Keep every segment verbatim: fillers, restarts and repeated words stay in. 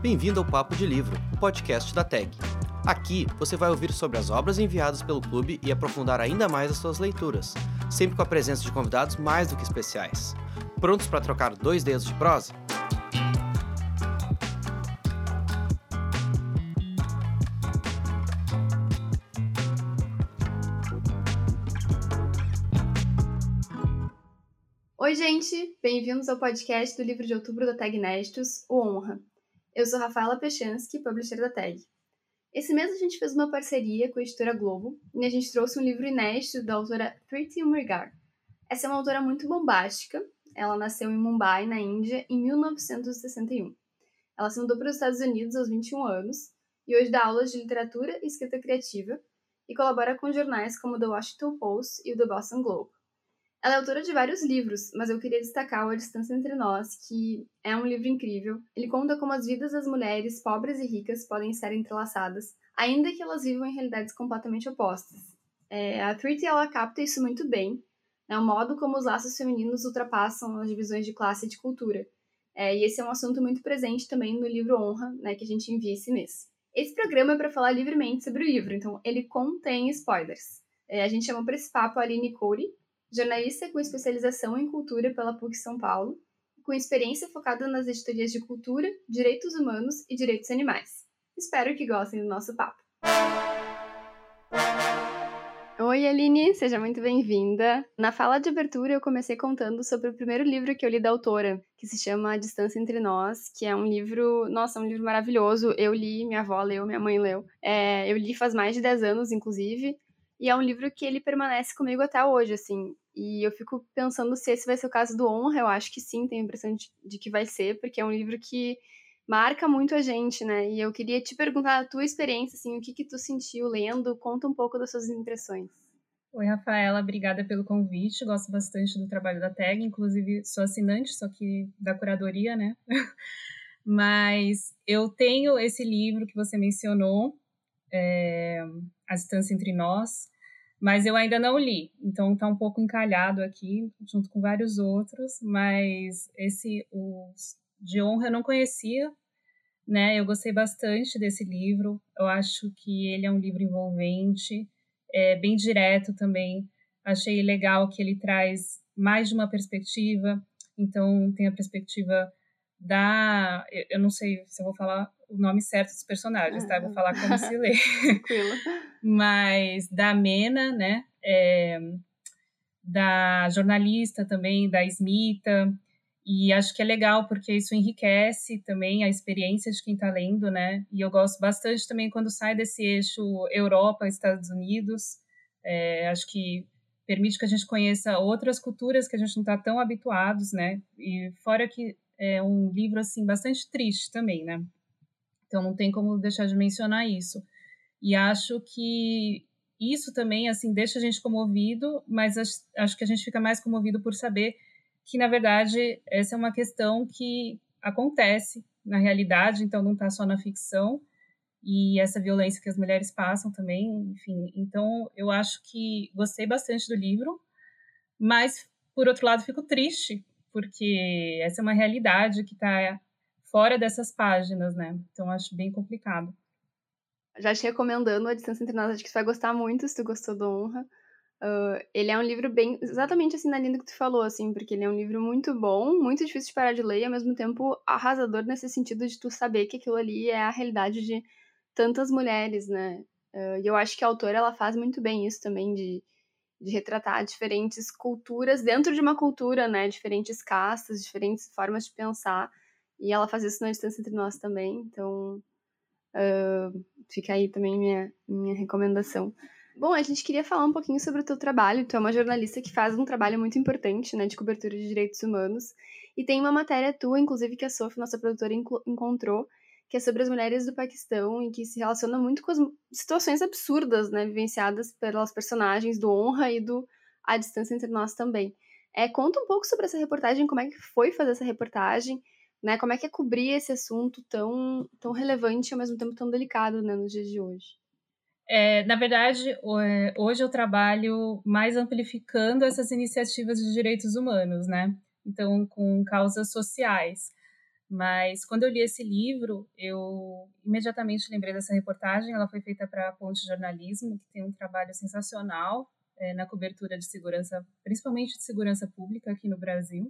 Bem-vindo ao Papo de Livro, o podcast da T E G. Aqui você vai ouvir sobre as obras enviadas pelo clube e aprofundar ainda mais as suas leituras, sempre com a presença de convidados mais do que especiais. Prontos para trocar dois dedos de prosa? Oi, gente! Bem-vindos ao podcast do livro de outubro da T E G Inéditos, O Honra. Eu sou Rafaela Pechansky, publisher da T E G. Esse mês a gente fez uma parceria com a editora Globo e a gente trouxe um livro inédito da autora Preeti Umrigar. Essa é uma autora muito bombástica. Ela nasceu em Mumbai, na Índia, em mil novecentos e sessenta e um. Ela se mudou para os Estados Unidos aos vinte e um anos e hoje dá aulas de literatura e escrita criativa e colabora com jornais como o The Washington Post e o The Boston Globe. Ela é autora de vários livros, mas eu queria destacar o A Distância Entre Nós, que é um livro incrível. Ele conta como as vidas das mulheres pobres e ricas podem ser entrelaçadas, ainda que elas vivam em realidades completamente opostas. É, a Preeti, ela capta isso muito bem, né, o modo como os laços femininos ultrapassam as divisões de classe e de cultura. É, e esse é um assunto muito presente também no livro Honra, né, que a gente envia esse mês. Esse programa é para falar livremente sobre o livro, então ele contém spoilers. É, a gente chamou para esse papo a Aline Couri, jornalista com especialização em cultura pela P U C São Paulo, com experiência focada nas editorias de cultura, direitos humanos e direitos animais. Espero que gostem do nosso papo. Oi, Aline, seja muito bem-vinda. Na fala de abertura, eu comecei contando sobre o primeiro livro que eu li da autora, que se chama A Distância Entre Nós, que é um livro, nossa, um livro maravilhoso. Eu li, minha avó leu, minha mãe leu. É, eu li faz mais de dez anos, inclusive, e é um livro que ele permanece comigo até hoje, assim. E eu fico pensando se esse vai ser o caso do Honra. Eu acho que sim, tenho a impressão de, de que vai ser, porque é um livro que marca muito a gente, né? E eu queria te perguntar a tua experiência, assim, o que que tu sentiu lendo? Conta um pouco das suas impressões. Oi, Rafaela, obrigada pelo convite. Gosto bastante do trabalho da T E G, inclusive sou assinante, só que da curadoria, né? Mas eu tenho esse livro que você mencionou, é, A Distância Entre Nós, mas eu ainda não li, então está um pouco encalhado aqui, junto com vários outros, mas esse, o de Honra, eu não conhecia, né? Eu gostei bastante desse livro, eu acho que ele é um livro envolvente, é bem direto também, achei legal que ele traz mais de uma perspectiva, então tem a perspectiva da... Eu não sei se eu vou falar o nome certo dos personagens, tá? Eu vou falar como se lê. Tranquilo. Mas da Mena, né? É, da jornalista também, da Smita, e acho que é legal porque isso enriquece também a experiência de quem está lendo, né? E eu gosto bastante também quando sai desse eixo Europa, Estados Unidos, é, acho que permite que a gente conheça outras culturas que a gente não está tão habituados, né? E fora que é um livro, assim, bastante triste também, né? Então não tem como deixar de mencionar isso. E acho que isso também, assim, deixa a gente comovido, mas acho, acho que a gente fica mais comovido por saber que, na verdade, essa é uma questão que acontece na realidade, então não está só na ficção, e essa violência que as mulheres passam também, enfim. Então, eu acho que gostei bastante do livro, mas, por outro lado, fico triste, porque essa é uma realidade que está fora dessas páginas, né? Então, acho bem complicado. Já te recomendando A Distância Entre Nós, acho que você vai gostar muito se tu gostou do Honra. Uh, ele é um livro bem, exatamente assim na linha que tu falou, assim, porque ele é um livro muito bom, muito difícil de parar de ler e ao mesmo tempo arrasador nesse sentido de tu saber que aquilo ali é a realidade de tantas mulheres, né? Uh, e eu acho que a autora, ela faz muito bem isso também, de, de retratar diferentes culturas dentro de uma cultura, né? Diferentes castas, diferentes formas de pensar, e ela faz isso na Distância Entre Nós também, então uh, fica aí também minha, minha recomendação. Bom, a gente queria falar um pouquinho sobre o teu trabalho. Tu é uma jornalista que faz um trabalho muito importante, né, de cobertura de direitos humanos. E tem uma matéria tua, inclusive, que a Sophie, nossa produtora, encontrou, que é sobre as mulheres do Paquistão e que se relaciona muito com as situações absurdas, né, vivenciadas pelas personagens do Honra e do A Distância Entre Nós também. É, conta um pouco sobre essa reportagem, como é que foi fazer essa reportagem, né, como é que é cobrir esse assunto tão, tão relevante e ao mesmo tempo tão delicado, né, nos dias de hoje. É, na verdade, hoje eu trabalho mais amplificando essas iniciativas de direitos humanos, né? Então, com causas sociais. Mas quando eu li esse livro, eu imediatamente lembrei dessa reportagem. Ela foi feita para a Ponte Jornalismo, que tem um trabalho sensacional é, na cobertura de segurança, principalmente de segurança pública aqui no Brasil.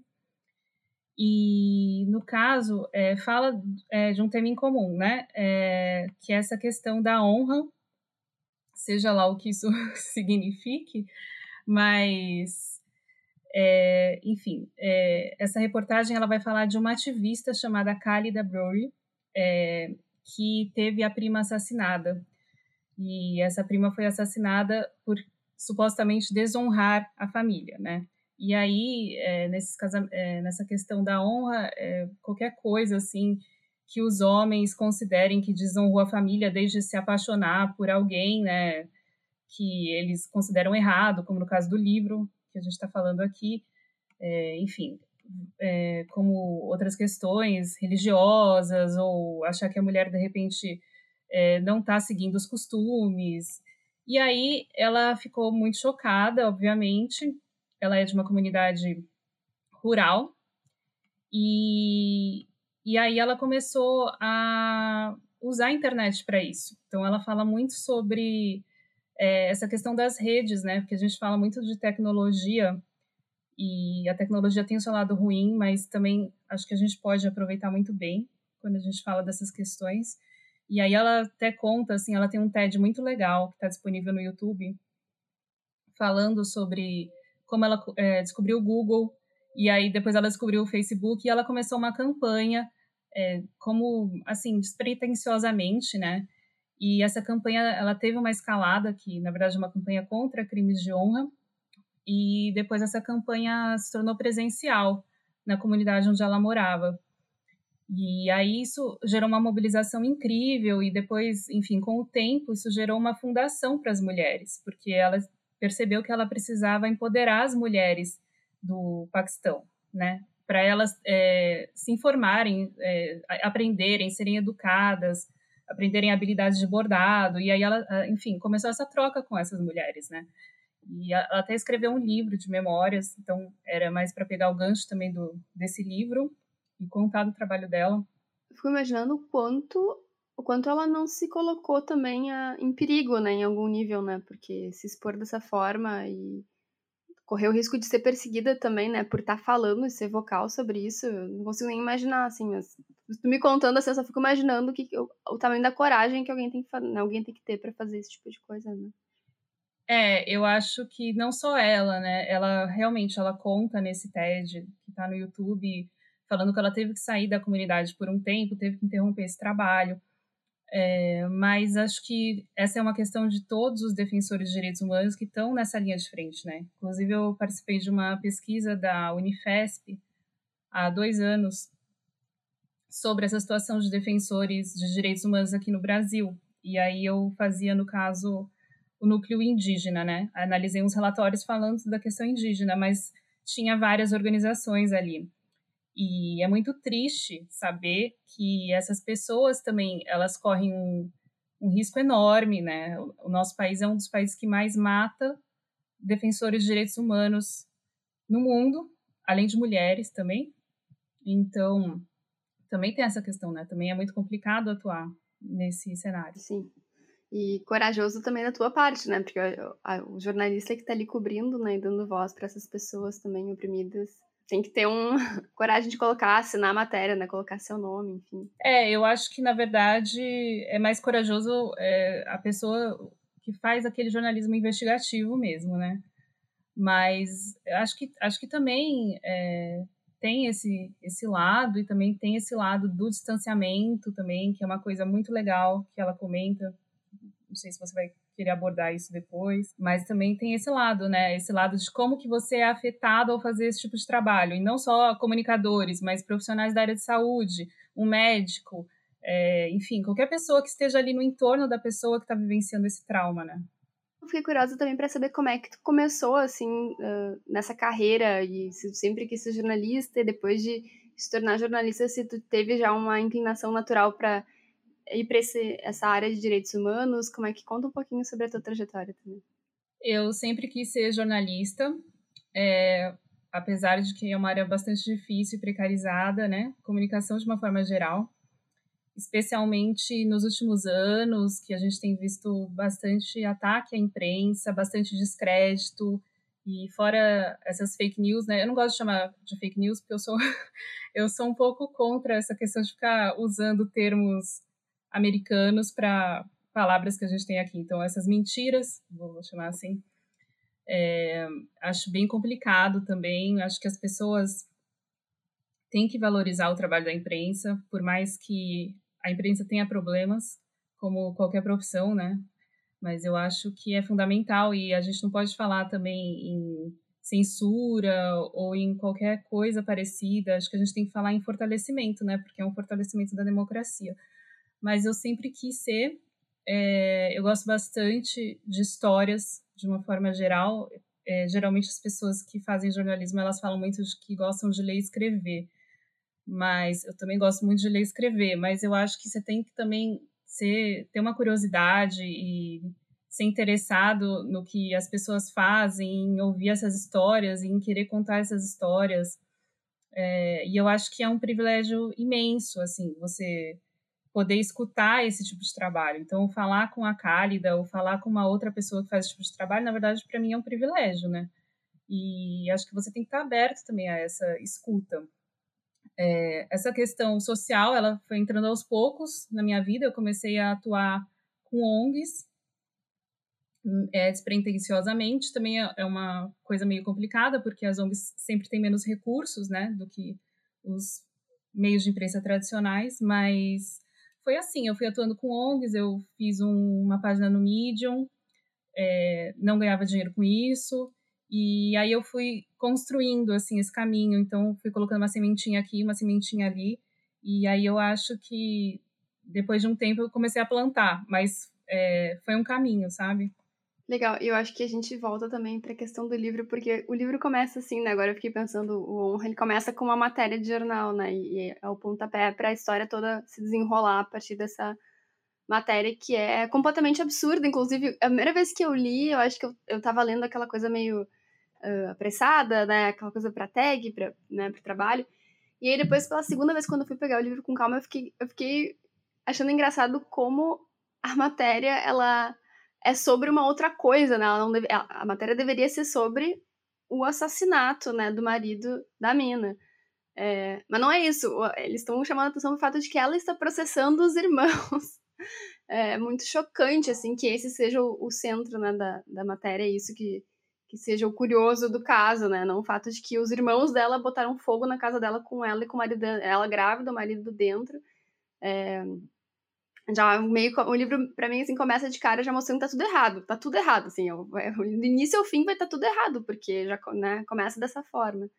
E, no caso, é, fala é, de um tema em comum, né? É, que é essa questão da honra, seja lá o que isso signifique, mas... É, enfim, é, essa reportagem ela vai falar de uma ativista chamada Khalida Browry, é, que teve a prima assassinada. E essa prima foi assassinada por supostamente desonrar a família, né? E aí, é, nesses casa- é, nessa questão da honra, é, qualquer coisa assim que os homens considerem que desonrou a família, desde se apaixonar por alguém, né, que eles consideram errado, como no caso do livro que a gente está falando aqui, é, enfim, é, como outras questões religiosas, ou achar que a mulher, de repente, é, não está seguindo os costumes. E aí ela ficou muito chocada, obviamente. Ela é de uma comunidade rural, e, e aí ela começou a usar a internet para isso. Então ela fala muito sobre é, essa questão das redes, né? Porque a gente fala muito de tecnologia, e a tecnologia tem o seu lado ruim, mas também acho que a gente pode aproveitar muito bem quando a gente fala dessas questões. E aí ela até conta, assim, ela tem um TED muito legal que está disponível no YouTube, falando sobre como ela é, descobriu o Google, e aí depois ela descobriu o Facebook, e ela começou uma campanha, é, como, assim, despretensiosamente, né? E essa campanha, ela teve uma escalada, que na verdade é uma campanha contra crimes de honra, e depois essa campanha se tornou presencial na comunidade onde ela morava. E aí isso gerou uma mobilização incrível, e depois, enfim, com o tempo, isso gerou uma fundação para as mulheres, porque ela percebeu que ela precisava empoderar as mulheres do Paquistão, né? Para elas é, se informarem, é, aprenderem, serem educadas, aprenderem habilidades de bordado, e aí ela, enfim, começou essa troca com essas mulheres, né? E ela até escreveu um livro de memórias, então era mais para pegar o gancho também do, desse livro e contar do trabalho dela. Eu fico imaginando o quanto, o quanto ela não se colocou também a, em perigo, né, em algum nível, né, porque se expor dessa forma e correr o risco de ser perseguida também, né, por estar falando e ser vocal sobre isso, eu não consigo nem imaginar, assim, mas tu me contando assim, eu só fico imaginando que, o, o tamanho da coragem que alguém tem que, né, alguém tem que ter para fazer esse tipo de coisa, né. É, eu acho que não só ela, né, ela realmente, ela conta nesse TED que tá no YouTube, falando que ela teve que sair da comunidade por um tempo, teve que interromper esse trabalho, é, mas acho que essa é uma questão de todos os defensores de direitos humanos que estão nessa linha de frente, né? Inclusive, eu participei de uma pesquisa da Unifesp há dois anos sobre essa situação de defensores de direitos humanos aqui no Brasil. E aí eu fazia, no caso, o núcleo indígena, né? Analisei uns relatórios falando da questão indígena, mas tinha várias organizações ali. E é muito triste saber que essas pessoas também, elas correm um, um risco enorme, né? O nosso país é um dos países que mais mata defensores de direitos humanos no mundo, além de mulheres também. Então, também tem essa questão, né? Também é muito complicado atuar nesse cenário. Sim. E corajoso também da tua parte, né? Porque a, a, o jornalista que tá ali cobrindo, né, e dando voz para essas pessoas também oprimidas, tem que ter um coragem de colocar, assinar a matéria, né? Colocar seu nome, enfim. É, eu acho que, na verdade, é mais corajoso é, a pessoa que faz aquele jornalismo investigativo mesmo, né? Mas acho que, acho que também é, tem esse, esse lado, e também tem esse lado do distanciamento também, que é uma coisa muito legal que ela comenta. Não sei se você vai querer abordar isso depois, mas também tem esse lado, né? Esse lado de como que você é afetado ao fazer esse tipo de trabalho, e não só comunicadores, mas profissionais da área de saúde, um médico, é, enfim, qualquer pessoa que esteja ali no entorno da pessoa que está vivenciando esse trauma, né? Eu fiquei curiosa também para saber como é que tu começou, assim, uh, nessa carreira, e se tu sempre quis ser jornalista, e depois de se tornar jornalista, se tu teve já uma inclinação natural para ir para essa área de direitos humanos, como é que conta um pouquinho sobre a tua trajetória também? Eu sempre quis ser jornalista, é, apesar de que é uma área bastante difícil e precarizada, né? Comunicação de uma forma geral, especialmente nos últimos anos, que a gente tem visto bastante ataque à imprensa, bastante descrédito, e fora essas fake news, né? Eu não gosto de chamar de fake news, porque eu sou, eu sou um pouco contra essa questão de ficar usando termos americanos para palavras que a gente tem aqui. Então, essas mentiras, vou chamar assim, é, acho bem complicado também. Acho que as pessoas têm que valorizar o trabalho da imprensa, por mais que a imprensa tenha problemas, como qualquer profissão, né? Mas eu acho que é fundamental, e a gente não pode falar também em censura ou em qualquer coisa parecida. Acho que a gente tem que falar em fortalecimento, né? Porque é um fortalecimento da democracia. Mas eu sempre quis ser, é, eu gosto bastante de histórias, de uma forma geral. É, geralmente as pessoas que fazem jornalismo, elas falam muito de que gostam de ler e escrever. Mas eu também gosto muito de ler e escrever, mas eu acho que você tem que também ser, ter uma curiosidade e ser interessado no que as pessoas fazem, em ouvir essas histórias, em querer contar essas histórias. É, e eu acho que é um privilégio imenso, assim, você poder escutar esse tipo de trabalho. Então, falar com a Cálida ou falar com uma outra pessoa que faz esse tipo de trabalho, na verdade, para mim é um privilégio, né? E acho que você tem que estar aberto também a essa escuta. É, essa questão social, ela foi entrando aos poucos na minha vida. Eu comecei a atuar com O N Gs, é, despretensiosamente. Também é, é uma coisa meio complicada, porque as O N Gs sempre têm menos recursos, né, do que os meios de imprensa tradicionais, mas foi assim, eu fui atuando com O N Gs, eu fiz um, uma página no Medium, é, não ganhava dinheiro com isso, e aí eu fui construindo, assim, esse caminho. Então, fui colocando uma sementinha aqui, uma sementinha ali, e aí eu acho que depois de um tempo eu comecei a plantar, mas é, foi um caminho, sabe? Legal, e eu acho que a gente volta também para a questão do livro, porque o livro começa assim, né? Agora eu fiquei pensando, o Honra, ele começa com uma matéria de jornal, né? E é o pontapé para a história toda se desenrolar a partir dessa matéria que é completamente absurda. Inclusive, a primeira vez que eu li, eu acho que eu, eu tava lendo aquela coisa meio uh, apressada, né? Aquela coisa pra tag, pra, né, pro trabalho. E aí depois, pela segunda vez, quando eu fui pegar o livro com calma, eu fiquei, eu fiquei achando engraçado como a matéria, ela é sobre uma outra coisa, né? Ela não deve, a matéria deveria ser sobre o assassinato, né, do marido da mina. É, mas não é isso. Eles estão chamando a atenção do fato de que ela está processando os irmãos. É muito chocante, assim, que esse seja o, o centro, né, da, da matéria, isso que, que seja o curioso do caso, né? Não o fato de que os irmãos dela botaram fogo na casa dela com ela e com o marido dela, ela grávida, o marido dentro. É, já meio o livro para mim assim começa de cara já mostrando que tá tudo errado, tá tudo errado, assim, eu, do início ao fim vai estar tá tudo errado, porque já, né, começa dessa forma.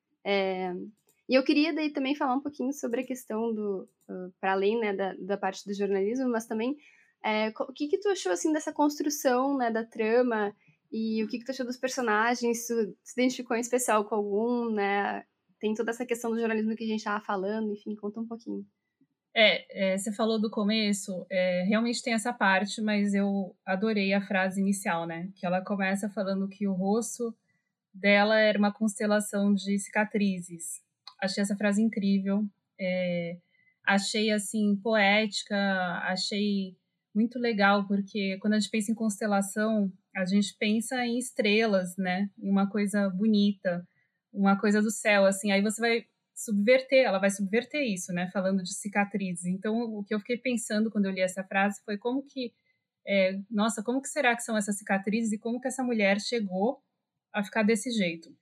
É, e eu queria daí também falar um pouquinho sobre a questão do, uh, para além, né, da, da parte do jornalismo, mas também é, o que que tu achou assim dessa construção, né, da trama, e o que que tu achou dos personagens, tu se identificou em especial com algum, né? Tem toda essa questão do jornalismo que a gente tava falando, enfim, conta um pouquinho. É, é, você falou do começo, é, realmente tem essa parte, mas eu adorei a frase inicial, né? Que ela começa falando que o rosto dela era uma constelação de cicatrizes. Achei essa frase incrível. É, achei, assim, poética, achei muito legal, porque quando a gente pensa em constelação, a gente pensa em estrelas, né? Em uma coisa bonita, uma coisa do céu, assim. Aí você vai subverter, ela vai subverter isso, né? Falando de cicatrizes. Então, o que eu fiquei pensando quando eu li essa frase foi como que, é, nossa, como que será que são essas cicatrizes e como que essa mulher chegou a ficar desse jeito?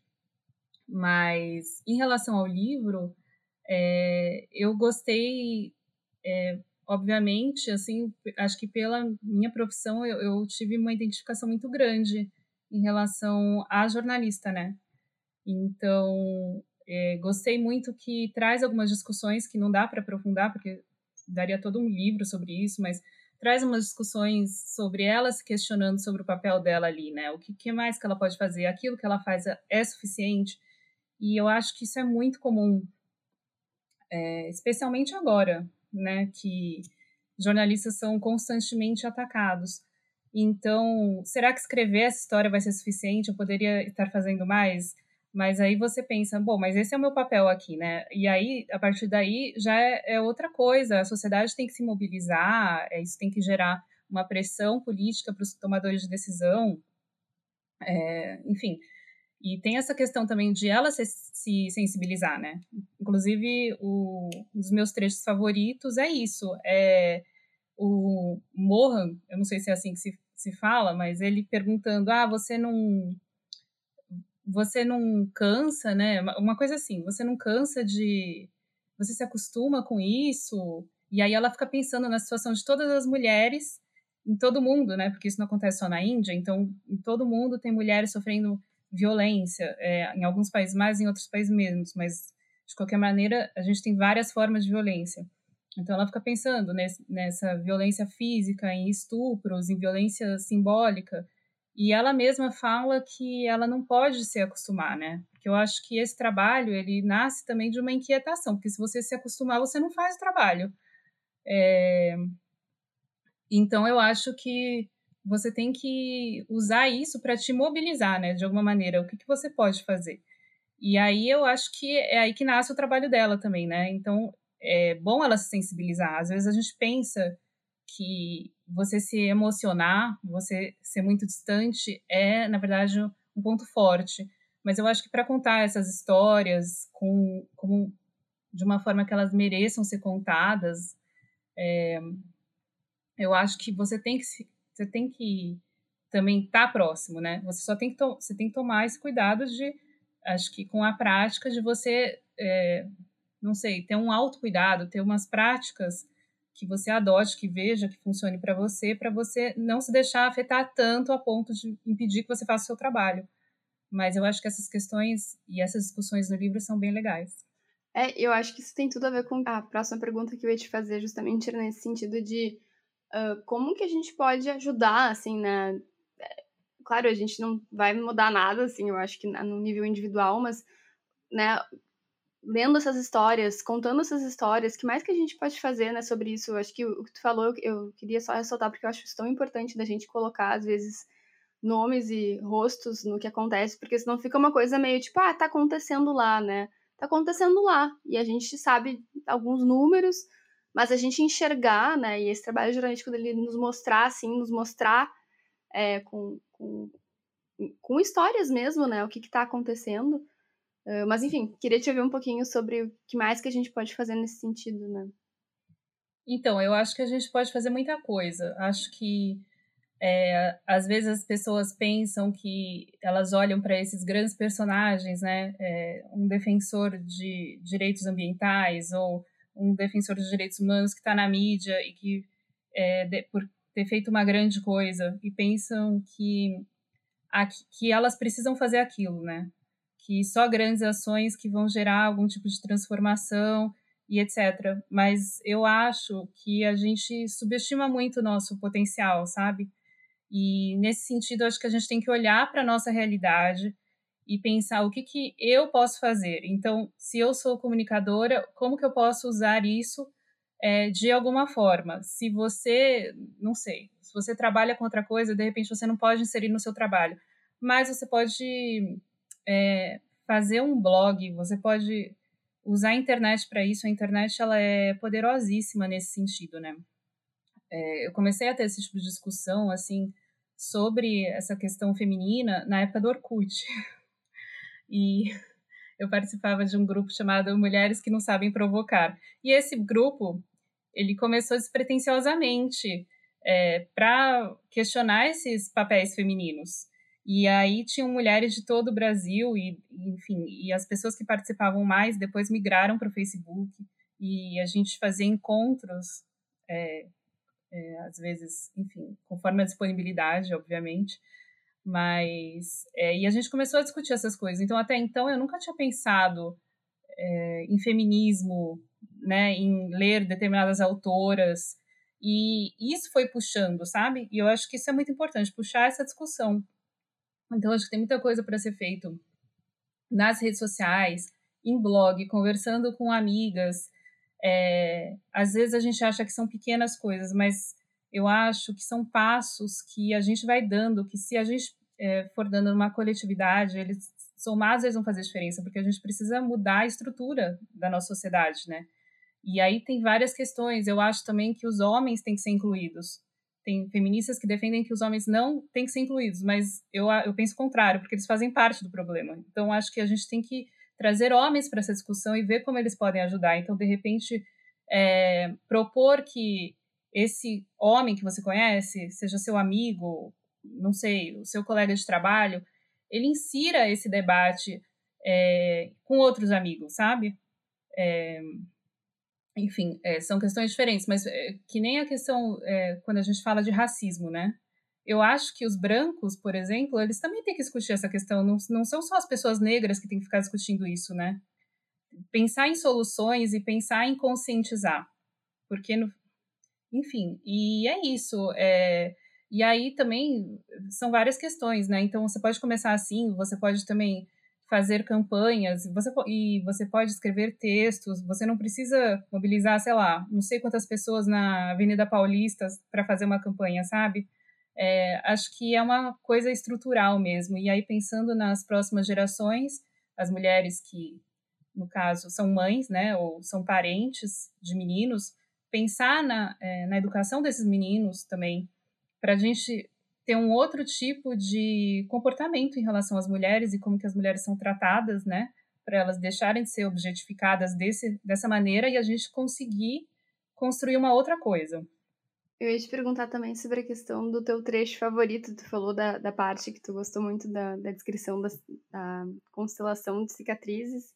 Mas, em relação ao livro, é, eu gostei, é, obviamente, assim, acho que pela minha profissão eu, eu tive uma identificação muito grande em relação à jornalista, né? Então, é, gostei muito que traz algumas discussões que não dá para aprofundar, porque daria todo um livro sobre isso, mas traz umas discussões sobre ela se questionando sobre o papel dela ali, né? O que, que mais que ela pode fazer? Aquilo que ela faz é, é suficiente? E eu acho que isso é muito comum, é, especialmente agora, né? Que jornalistas são constantemente atacados. Então, será que escrever essa história vai ser suficiente? Eu poderia estar fazendo mais? Mas aí você pensa, bom, mas esse é o meu papel aqui, né? E aí, a partir daí, já é, é outra coisa. A sociedade tem que se mobilizar, é, isso tem que gerar uma pressão política para os tomadores de decisão, é, enfim. E tem essa questão também de ela se, se sensibilizar, né? Inclusive, o, um dos meus trechos favoritos é isso, é o Mohan, eu não sei se é assim que se, se fala, mas ele perguntando, ah, você não... você não cansa, né? Uma coisa assim, você não cansa de... você se acostuma com isso? E aí ela fica pensando na situação de todas as mulheres em todo mundo, né? Porque isso não acontece só na Índia, então em todo mundo tem mulheres sofrendo violência, é, em alguns países mais, em outros países menos, mas de qualquer maneira a gente tem várias formas de violência. Então ela fica pensando nesse, nessa violência física, em estupros, em violência simbólica, e ela mesma fala que ela não pode se acostumar, né? Porque eu acho que esse trabalho, ele nasce também de uma inquietação, porque se você se acostumar, você não faz o trabalho. É... Então, eu acho que você tem que usar isso para te mobilizar, né? De alguma maneira, o que, que você pode fazer? E aí eu acho que é aí que nasce o trabalho dela também, né? Então, é bom ela se sensibilizar. Às vezes a gente pensa que você se emocionar, você ser muito distante, é, na verdade, um ponto forte. Mas eu acho que para contar essas histórias com, com, de uma forma que elas mereçam ser contadas, é, eu acho que você tem que, você tem que também estar tá próximo, né? Você só tem que, to, você tem que tomar esse cuidado de, acho que com a prática, de você, é, não sei, ter um autocuidado, ter umas práticas que você adote, que veja, que funcione para você, para você não se deixar afetar tanto a ponto de impedir que você faça o seu trabalho. Mas eu acho que essas questões e essas discussões no livro são bem legais. É, eu acho que isso tem tudo a ver com a próxima pergunta que eu ia te fazer, justamente nesse sentido de uh, como que a gente pode ajudar, assim, né? Claro, a gente não vai mudar nada, assim, eu acho que no nível individual, mas, né, lendo essas histórias, contando essas histórias, o que mais que a gente pode fazer, né, sobre isso? Eu acho que o que tu falou, eu queria só ressaltar, porque eu acho isso tão importante da gente colocar, às vezes, nomes e rostos no que acontece, porque senão fica uma coisa meio tipo, ah, tá acontecendo lá, né? Tá acontecendo lá. E a gente sabe alguns números, mas a gente enxergar, né, e esse trabalho jornalístico dele nos mostrar, assim, nos mostrar é, com, com, com histórias mesmo, né, o que que tá acontecendo. Uh, mas, enfim, queria te ouvir um pouquinho sobre o que mais que a gente pode fazer nesse sentido, né? Então, eu acho que a gente pode fazer muita coisa. Acho que, é, às vezes, as pessoas pensam que elas olham para esses grandes personagens, né? É, um defensor de direitos ambientais ou um defensor de direitos humanos que está na mídia e que, é, de, por ter feito uma grande coisa, e pensam que, a, que elas precisam fazer aquilo, né? Que só grandes ações que vão gerar algum tipo de transformação e etcétera. Mas eu acho que a gente subestima muito o nosso potencial, sabe? E nesse sentido, acho que a gente tem que olhar para a nossa realidade e pensar o que, que eu posso fazer. Então, se eu sou comunicadora, como que eu posso usar isso é, de alguma forma? Se você, não sei, se você trabalha com outra coisa, de repente você não pode inserir no seu trabalho, mas você pode é, fazer um blog, você pode usar a internet para isso. A internet ela é poderosíssima nesse sentido, né? É, eu comecei a ter esse tipo de discussão, assim, sobre essa questão feminina na época do Orkut. E eu participava de um grupo chamado Mulheres que Não Sabem Provocar. E esse grupo, ele começou despretensiosamente é, para questionar esses papéis femininos. E aí tinham mulheres de todo o Brasil, e, enfim, e as pessoas que participavam mais depois migraram para o Facebook, e a gente fazia encontros, é, é, às vezes, enfim, conforme a disponibilidade, obviamente, mas, é, e a gente começou a discutir essas coisas. Então, até então, eu nunca tinha pensado é, em feminismo, né, em ler determinadas autoras, e isso foi puxando, sabe? E eu acho que isso é muito importante, puxar essa discussão. Então, acho que tem muita coisa para ser feito nas redes sociais, em blog, conversando com amigas. É, às vezes a gente acha que são pequenas coisas, mas eu acho que são passos que a gente vai dando, que se a gente é, for dando numa coletividade, eles somar às vezes não fazer diferença, porque a gente precisa mudar a estrutura da nossa sociedade, né? E aí tem várias questões. Eu acho também que os homens têm que ser incluídos. Tem feministas que defendem que os homens não têm que ser incluídos, mas eu, eu penso o contrário, porque eles fazem parte do problema. Então, acho que a gente tem que trazer homens para essa discussão e ver como eles podem ajudar. Então, de repente, é, propor que esse homem que você conhece, seja seu amigo, não sei, o seu colega de trabalho, ele insira esse debate é, com outros amigos, sabe? É, enfim, é, são questões diferentes, mas é, que nem a questão é, quando a gente fala de racismo, né? Eu acho que os brancos, por exemplo, eles também têm que discutir essa questão, não, não são só as pessoas negras que têm que ficar discutindo isso, né? Pensar em soluções e pensar em conscientizar, porque, no, enfim, e é isso, é, e aí também são várias questões, né? Então, você pode começar assim, você pode também fazer campanhas, você, e você pode escrever textos, você não precisa mobilizar, sei lá, não sei quantas pessoas na Avenida Paulista para fazer uma campanha, sabe? É, acho que é uma coisa estrutural mesmo, e aí pensando nas próximas gerações, as mulheres que, no caso, são mães, né, ou são parentes de meninos, pensar na, é, na educação desses meninos também, para a gente ter um outro tipo de comportamento em relação às mulheres e como que as mulheres são tratadas, né? Para elas deixarem de ser objetificadas desse, dessa maneira e a gente conseguir construir uma outra coisa. Eu ia te perguntar também sobre a questão do teu trecho favorito. Tu falou da, da parte que tu gostou muito da, da descrição da, da constelação de cicatrizes.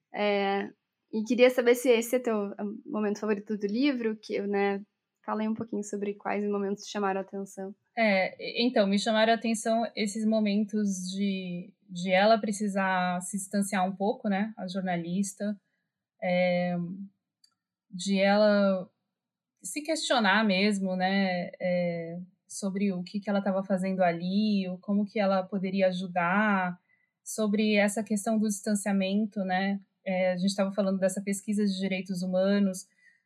É, e queria saber se esse é teu momento favorito do livro, que eu, né, falei um pouquinho sobre quais momentos te chamaram a atenção. É, então, me chamaram a atenção esses momentos de, de ela precisar se distanciar um pouco, né, a jornalista, é, de ela se questionar mesmo, né, é, sobre o que, que ela estava fazendo ali, ou como que ela poderia ajudar, sobre essa questão do distanciamento, né, é, a gente estava falando dessa pesquisa de direitos humanos,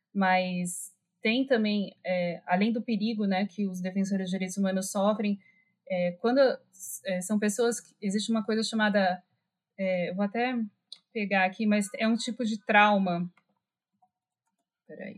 mas tem também, é, além do perigo, né, que os defensores de direitos humanos sofrem, é, quando é, são pessoas que existe uma coisa chamada, é, eu vou até pegar aqui, mas é um tipo de trauma. Peraí.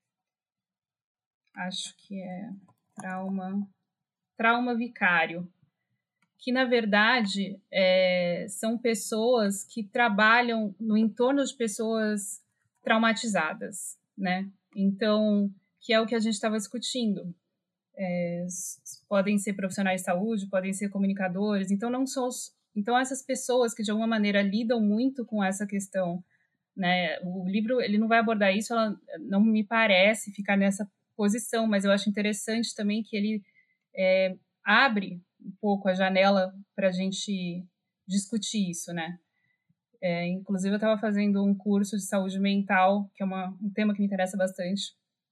Acho que é trauma, trauma vicário, que na verdade é, são pessoas que trabalham no entorno de pessoas traumatizadas, né? Então, que é o que a gente estava discutindo. É, podem ser profissionais de saúde, podem ser comunicadores, então não são os, então essas pessoas que de alguma maneira lidam muito com essa questão, né? O livro ele não vai abordar isso, ela não me parece ficar nessa posição, mas eu acho interessante também que ele é, abre um pouco a janela para a gente discutir isso, né? É, inclusive, eu estava fazendo um curso de saúde mental, que é uma, um tema que me interessa bastante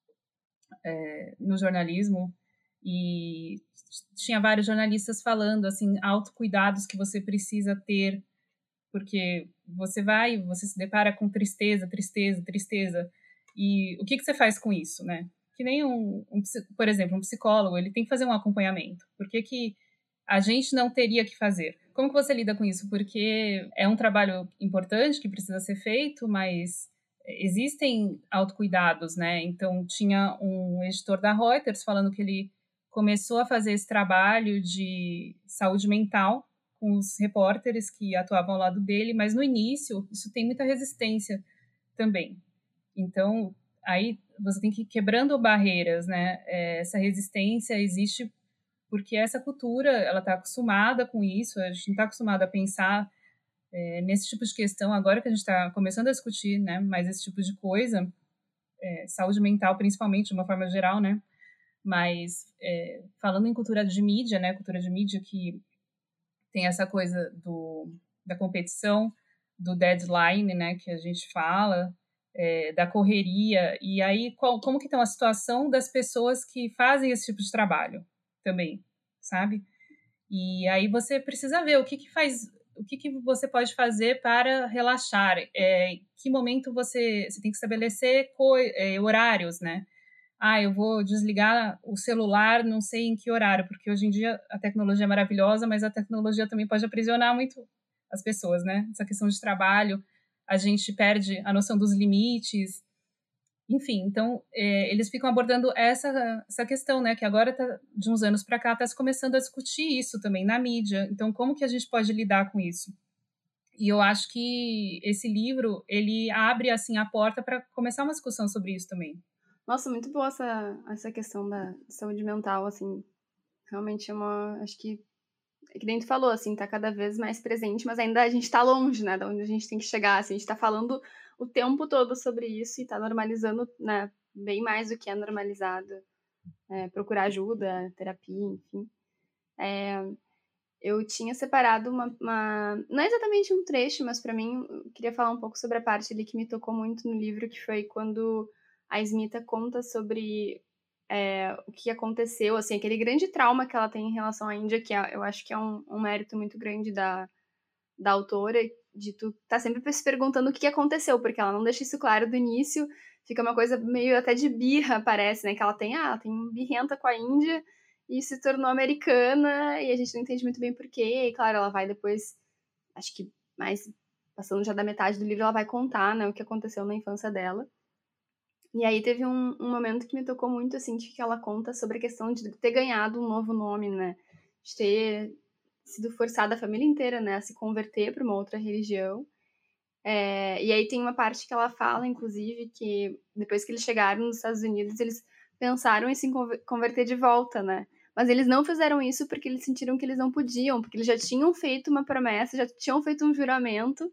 é, no jornalismo, e tinha vários jornalistas falando, assim, autocuidados que você precisa ter, porque você vai, você se depara com tristeza, tristeza, tristeza, e o que, que você faz com isso, né? Que nem um, um, por exemplo, um psicólogo, ele tem que fazer um acompanhamento. Por que que a gente não teria que fazer? Como que você lida com isso? Porque é um trabalho importante que precisa ser feito, mas existem autocuidados, né? Então, tinha um editor da Reuters falando que ele começou a fazer esse trabalho de saúde mental com os repórteres que atuavam ao lado dele, mas no início isso tem muita resistência também. Então, aí você tem que ir quebrando barreiras, né? É, essa resistência existe porque essa cultura, ela está acostumada com isso, a gente não está acostumado a pensar é, nesse tipo de questão, agora que a gente está começando a discutir, né, mais esse tipo de coisa, é, saúde mental principalmente, de uma forma geral, né, mas é, falando em cultura de mídia, né, cultura de mídia que tem essa coisa do, da competição, do deadline, né, que a gente fala, é, da correria, e aí qual, como que está a situação das pessoas que fazem esse tipo de trabalho também, sabe? E aí você precisa ver o que que faz, o que que você pode fazer para relaxar, é, que momento você, você tem que estabelecer co, é, horários, né? Ah, eu vou desligar o celular, não sei em que horário, porque hoje em dia a tecnologia é maravilhosa, mas a tecnologia também pode aprisionar muito as pessoas, né? Essa questão de trabalho, a gente perde a noção dos limites. Enfim, então, é, eles ficam abordando essa, essa questão, né? Que agora, tá, de uns anos para cá, está se começando a discutir isso também na mídia. Então, como que a gente pode lidar com isso? E eu acho que esse livro, ele abre, assim, a porta para começar uma discussão sobre isso também. Nossa, muito boa essa, essa questão da saúde mental, assim. Realmente é uma... Acho que, é que nem tu falou, assim, tá cada vez mais presente, mas ainda a gente tá longe, né? Da onde a gente tem que chegar, assim. A gente tá falando o tempo todo sobre isso e tá normalizando, né? Bem mais do que é normalizado. É, procurar ajuda, terapia, enfim. É... Eu tinha separado uma, uma... Não é exatamente um trecho, mas para mim, eu queria falar um pouco sobre a parte ali que me tocou muito no livro, que foi quando a Smita conta sobre é, o que aconteceu, assim, aquele grande trauma que ela tem em relação à Índia, que é, eu acho que é um, um mérito muito grande da, da autora, de tu tá sempre se perguntando o que aconteceu, porque ela não deixa isso claro do início, fica uma coisa meio até de birra, parece, né, que ela tem, ah, tem birrenta com a Índia, e se tornou americana, e a gente não entende muito bem porquê, e claro, ela vai depois, acho que mais, passando já da metade do livro, ela vai contar, né, o que aconteceu na infância dela. E aí teve um, um momento que me tocou muito, assim, de que ela conta sobre a questão de ter ganhado um novo nome, né, de ter sido forçada a família inteira, né, a se converter para uma outra religião. É, e aí tem uma parte que ela fala, inclusive, que depois que eles chegaram nos Estados Unidos, eles pensaram em se converter de volta, né? Mas eles não fizeram isso porque eles sentiram que eles não podiam, porque eles já tinham feito uma promessa, já tinham feito um juramento.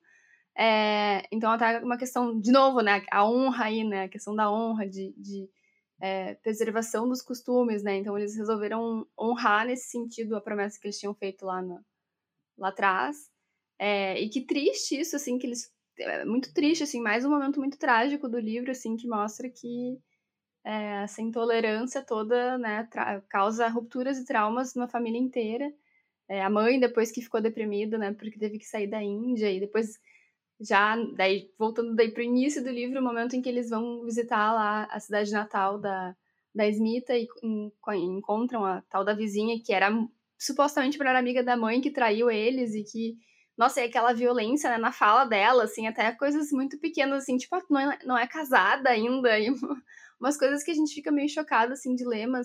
É, então, tá uma questão, de novo, né? A honra aí, né? A questão da honra, de, de é, preservação dos costumes, né? Então, eles resolveram honrar nesse sentido a promessa que eles tinham feito lá, no, lá atrás. É, e que triste isso, assim, que eles... É muito triste, assim, mais um momento muito trágico do livro, assim, que mostra que é, essa intolerância toda, né, causa rupturas e traumas numa família inteira. É, a mãe, depois que ficou deprimida, né, porque teve que sair da Índia, e depois já, daí, voltando daí pro início do livro, o momento em que eles vão visitar lá a cidade natal da, da Smita e encontram a tal da vizinha, que era supostamente a melhor amiga da mãe, que traiu eles, e que, nossa, e aquela violência, né, na fala dela, assim, até coisas muito pequenas, assim, tipo, não é, não é casada ainda, e umas coisas que a gente fica meio chocado, assim, dilemas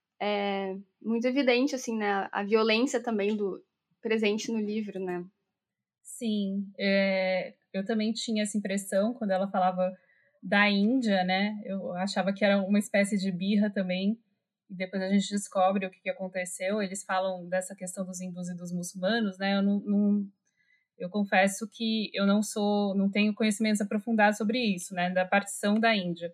é, muito evidente, assim, né, a violência também do presente no livro, né. Sim, é, eu também tinha essa impressão quando ela falava da Índia, né, eu achava que era uma espécie de birra também, e depois a gente descobre o que, que aconteceu. Eles falam dessa questão dos hindus e dos muçulmanos, né, eu não, não eu confesso que eu não sou, não tenho conhecimentos aprofundados sobre isso, né, da partição da Índia.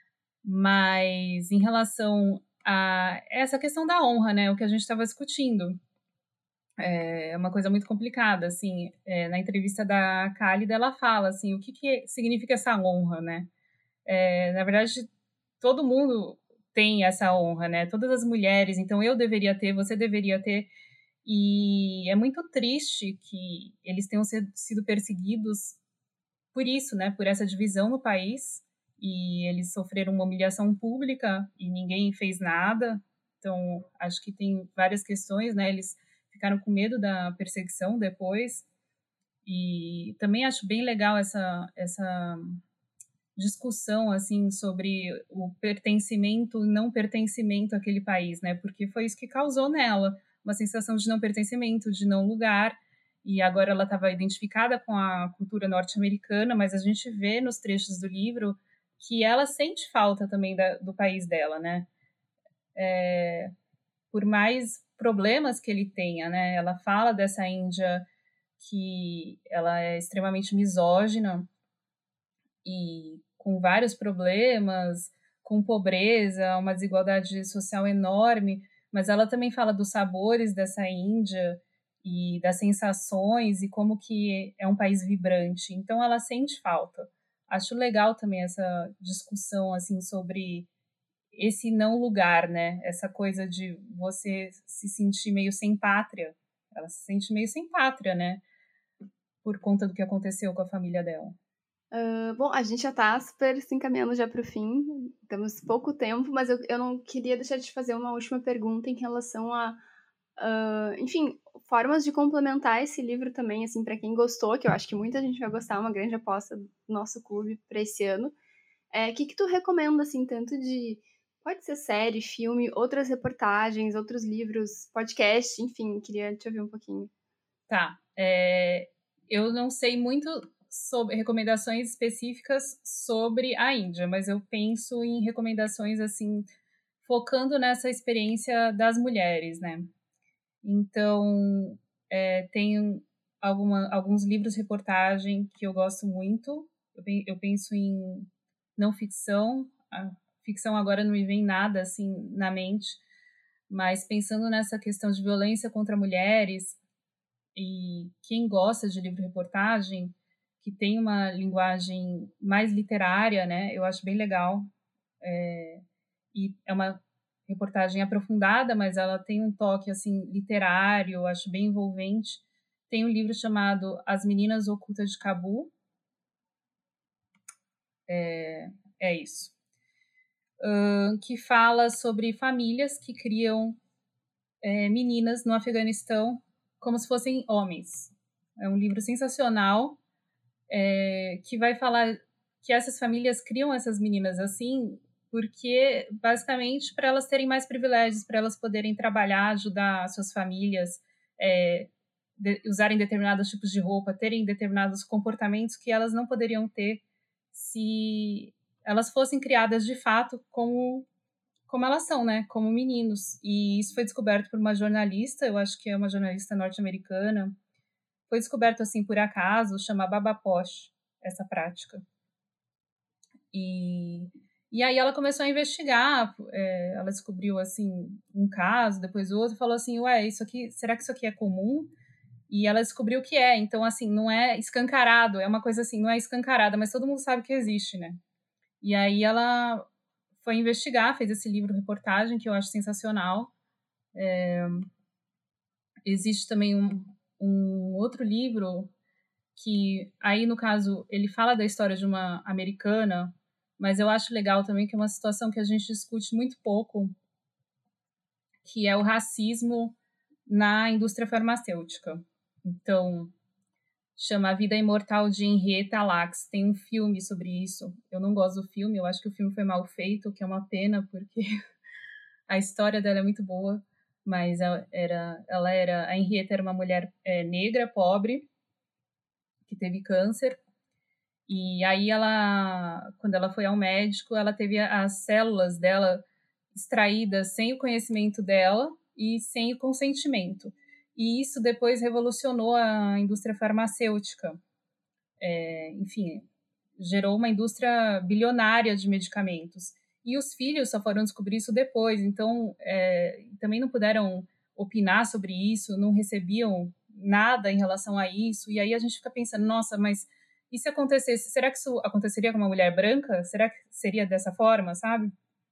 Mas em relação a essa questão da honra, né, o que a gente estava discutindo, é uma coisa muito complicada, assim, é, na entrevista da Khalida, ela fala, assim, o que, que significa essa honra, né? É, na verdade, todo mundo tem essa honra, né? Todas as mulheres, então eu deveria ter, você deveria ter. E é muito triste que eles tenham sido perseguidos por isso, né? Por essa divisão no país. E eles sofreram uma humilhação pública e ninguém fez nada. Então, acho que tem várias questões, né? Eles ficaram com medo da perseguição depois. E também acho bem legal essa, essa discussão, assim, sobre o pertencimento e não pertencimento àquele país, né? Porque foi isso que causou nela uma sensação de não pertencimento, de não lugar, e agora ela estava identificada com a cultura norte-americana, mas a gente vê nos trechos do livro que ela sente falta também da, do país dela, né? É, por mais problemas que ele tenha, né? Ela fala dessa Índia que ela é extremamente misógina e com vários problemas, com pobreza, uma desigualdade social enorme, mas ela também fala dos sabores dessa Índia e das sensações e como que é um país vibrante. Então ela sente falta. Acho legal também essa discussão assim sobre esse não lugar, né? Essa coisa de você se sentir meio sem pátria. Ela se sente meio sem pátria, né? Por conta do que aconteceu com a família dela. Uh, bom, a gente já tá super se encaminhando já pro fim, temos pouco tempo, mas eu, eu não queria deixar de te fazer uma última pergunta em relação a, uh, enfim, formas de complementar esse livro também, assim, para quem gostou, que eu acho que muita gente vai gostar, uma grande aposta do nosso clube para esse ano. É, o que que tu recomenda, assim, tanto de... Pode ser série, filme, outras reportagens, outros livros, podcast, enfim, queria te ouvir um pouquinho. Tá. É, eu não sei muito sobre recomendações específicas sobre a Índia, mas eu penso em recomendações, assim, focando nessa experiência das mulheres, né? Então, é, tem alguma, alguns livros de reportagem que eu gosto muito. Eu, eu penso em não ficção. A ficção agora não me vem nada assim na mente, mas pensando nessa questão de violência contra mulheres, e quem gosta de livro-reportagem, que tem uma linguagem mais literária, né? Eu acho bem legal. É, e é uma reportagem aprofundada, mas ela tem um toque assim literário, eu acho bem envolvente. Tem um livro chamado As Meninas Ocultas de Cabu. É, é isso. Uh, que fala sobre famílias que criam é, meninas no Afeganistão como se fossem homens. É um livro sensacional, é, que vai falar que essas famílias criam essas meninas assim porque, basicamente, para elas terem mais privilégios, para elas poderem trabalhar, ajudar suas famílias, é, de, usarem determinados tipos de roupa, terem determinados comportamentos que elas não poderiam ter se elas fossem criadas, de fato, como, como elas são, né? Como meninos. E isso foi descoberto por uma jornalista, eu acho que é uma jornalista norte-americana. Foi descoberto, assim, por acaso, chama Baba Posh, essa prática. E... E aí ela começou a investigar, é, ela descobriu, assim, um caso, depois outro, falou assim, ué, isso aqui, será que isso aqui é comum? E ela descobriu que é, então, assim, não é escancarado, é uma coisa assim, não é escancarada, mas todo mundo sabe que existe, né? E aí ela foi investigar, fez esse livro-reportagem, que eu acho sensacional. É, existe também um, um outro livro que, aí, no caso, ele fala da história de uma americana, mas eu acho legal também que é uma situação que a gente discute muito pouco, que é o racismo na indústria farmacêutica. Então, chama A Vida Imortal de Henrietta Lacks. Tem um filme sobre isso. Eu não gosto do filme, eu acho que o filme foi mal feito, que é uma pena, porque a história dela é muito boa, mas ela era, ela era a Henrietta era uma mulher é, negra, pobre, que teve câncer. E aí ela, quando ela foi ao médico, ela teve as células dela extraídas sem o conhecimento dela e sem o consentimento. E isso depois revolucionou a indústria farmacêutica. É, enfim, gerou uma indústria bilionária de medicamentos. E os filhos só foram descobrir isso depois, então é, também não puderam opinar sobre isso, não recebiam nada em relação a isso. E aí a gente fica pensando, nossa, mas e se acontecesse, será que isso aconteceria com uma mulher branca? Será que seria dessa forma, sabe?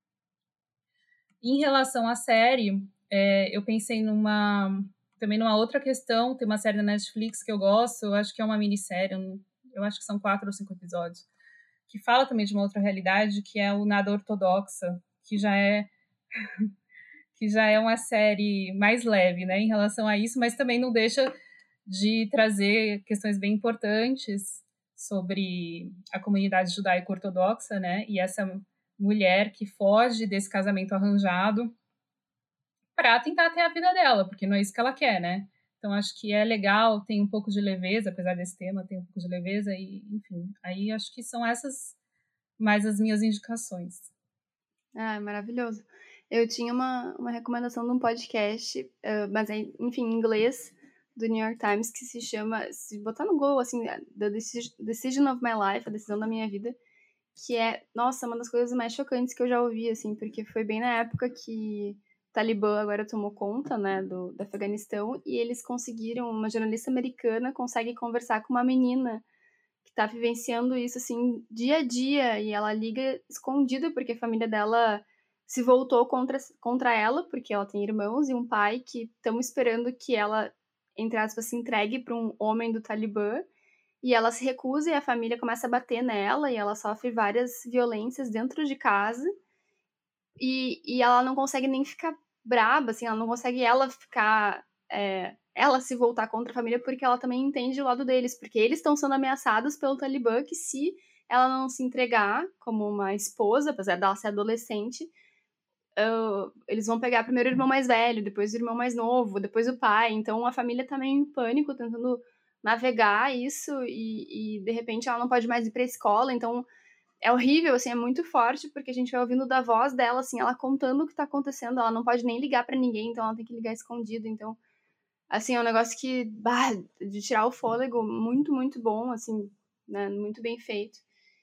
Em relação à série, é, eu pensei numa também numa outra questão. Tem uma série da Netflix que eu gosto, eu acho que é uma minissérie, eu, eu acho que são quatro ou cinco episódios, que fala também de uma outra realidade, que é o Nada Ortodoxa, que já é que já é uma série mais leve, né, em relação a isso, mas também não deixa de trazer questões bem importantes sobre a comunidade judaico-ortodoxa, né, e essa mulher que foge desse casamento arranjado para tentar ter a vida dela, porque não é isso que ela quer, né? Então, acho que é legal, tem um pouco de leveza, apesar desse tema, tem um pouco de leveza, e, enfim, aí acho que são essas mais as minhas indicações. Ah, maravilhoso. Eu tinha uma, uma recomendação de um podcast, uh, mas é, enfim, em inglês, do New York Times, que se chama, se botar no Google, assim, The Decision of My Life, a decisão da minha vida, que é, nossa, uma das coisas mais chocantes que eu já ouvi, assim, porque foi bem na época que o Talibã agora tomou conta, né, do, do Afeganistão, e eles conseguiram, uma jornalista americana consegue conversar com uma menina que tá vivenciando isso, assim, dia a dia, e ela liga escondida, porque a família dela se voltou contra, contra ela, porque ela tem irmãos e um pai que estão esperando que ela, entre aspas, se entregue para um homem do Talibã, e ela se recusa e a família começa a bater nela, e ela sofre várias violências dentro de casa, e, e ela não consegue nem ficar braba, assim, ela não consegue ela ficar... É, ela se voltar contra a família porque ela também entende o lado deles, porque eles estão sendo ameaçados pelo Talibã que se ela não se entregar como uma esposa, apesar dela ser adolescente, uh, eles vão pegar primeiro o irmão mais velho, depois o irmão mais novo, depois o pai. Então a família tá meio em pânico, tentando navegar isso e, e de repente ela não pode mais ir pra escola. Então é horrível, assim, é muito forte, porque a gente vai ouvindo da voz dela, assim, ela contando o que tá acontecendo. Ela não pode nem ligar pra ninguém, então ela tem que ligar escondido. Então, assim, é um negócio que, bah, de tirar o fôlego, muito, muito bom, assim, né, muito bem feito.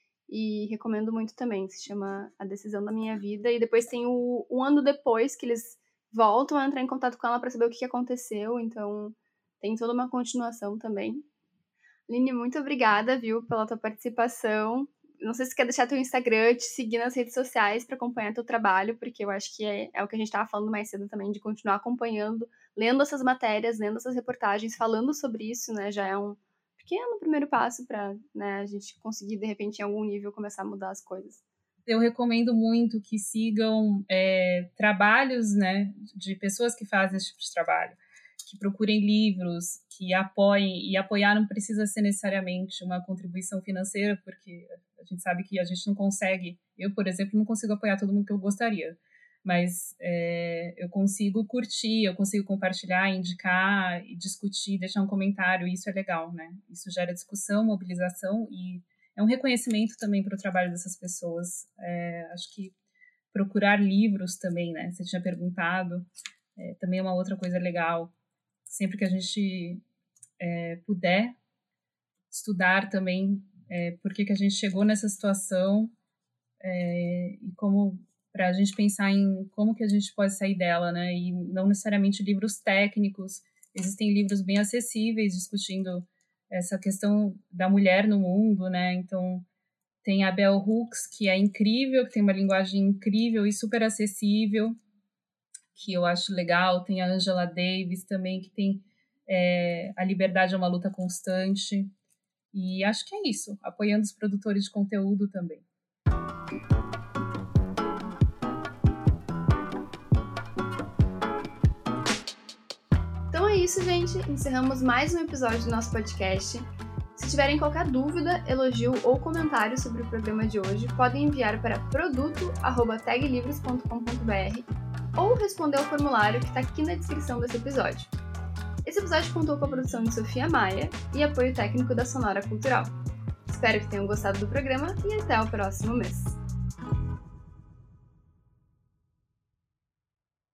E recomendo muito também, se chama A Decisão da Minha Vida. E depois tem o um ano depois, que eles voltam a entrar em contato com ela pra saber o que aconteceu. Então, tem toda uma continuação também. Aline, muito obrigada, viu, pela tua participação. Não sei se você quer deixar teu Instagram, te seguir nas redes sociais para acompanhar teu trabalho, porque eu acho que é, é o que a gente estava falando mais cedo também, de continuar acompanhando, lendo essas matérias, lendo essas reportagens, falando sobre isso, né? Já é um pequeno primeiro passo para, né, a gente conseguir, de repente, em algum nível, começar a mudar as coisas. Eu recomendo muito que sigam é, trabalhos, né, de pessoas que fazem esse tipo de trabalho, que procurem livros, que apoiem, e apoiar não precisa ser necessariamente uma contribuição financeira, porque a gente sabe que a gente não consegue, eu, por exemplo, não consigo apoiar todo mundo que eu gostaria, mas é, eu consigo curtir, eu consigo compartilhar, indicar, e discutir, deixar um comentário, e isso é legal, né? Isso gera discussão, mobilização, e é um reconhecimento também para o trabalho dessas pessoas. É, acho que procurar livros também, né? Você tinha perguntado, é, também é uma outra coisa legal. Sempre que a gente é, puder estudar também é, por que, que a gente chegou nessa situação é, e como, para a gente pensar em como que a gente pode sair dela, né? E não necessariamente livros técnicos, existem livros bem acessíveis discutindo essa questão da mulher no mundo, né? Então, tem a Bell Hooks, que é incrível, que tem uma linguagem incrível e super acessível, que eu acho legal. Tem a Angela Davis também, que tem é, A Liberdade é uma Luta Constante. E acho que é isso, apoiando os produtores de conteúdo também. Então é isso, gente. Encerramos mais um episódio do nosso podcast. Se tiverem qualquer dúvida, elogio ou comentário sobre o programa de hoje, podem enviar para produto arroba taglivros ponto com ponto b r ou responder ao formulário que está aqui na descrição desse episódio. Esse episódio contou com a produção de Sofia Maia e apoio técnico da Sonora Cultural. Espero que tenham gostado do programa e até o próximo mês.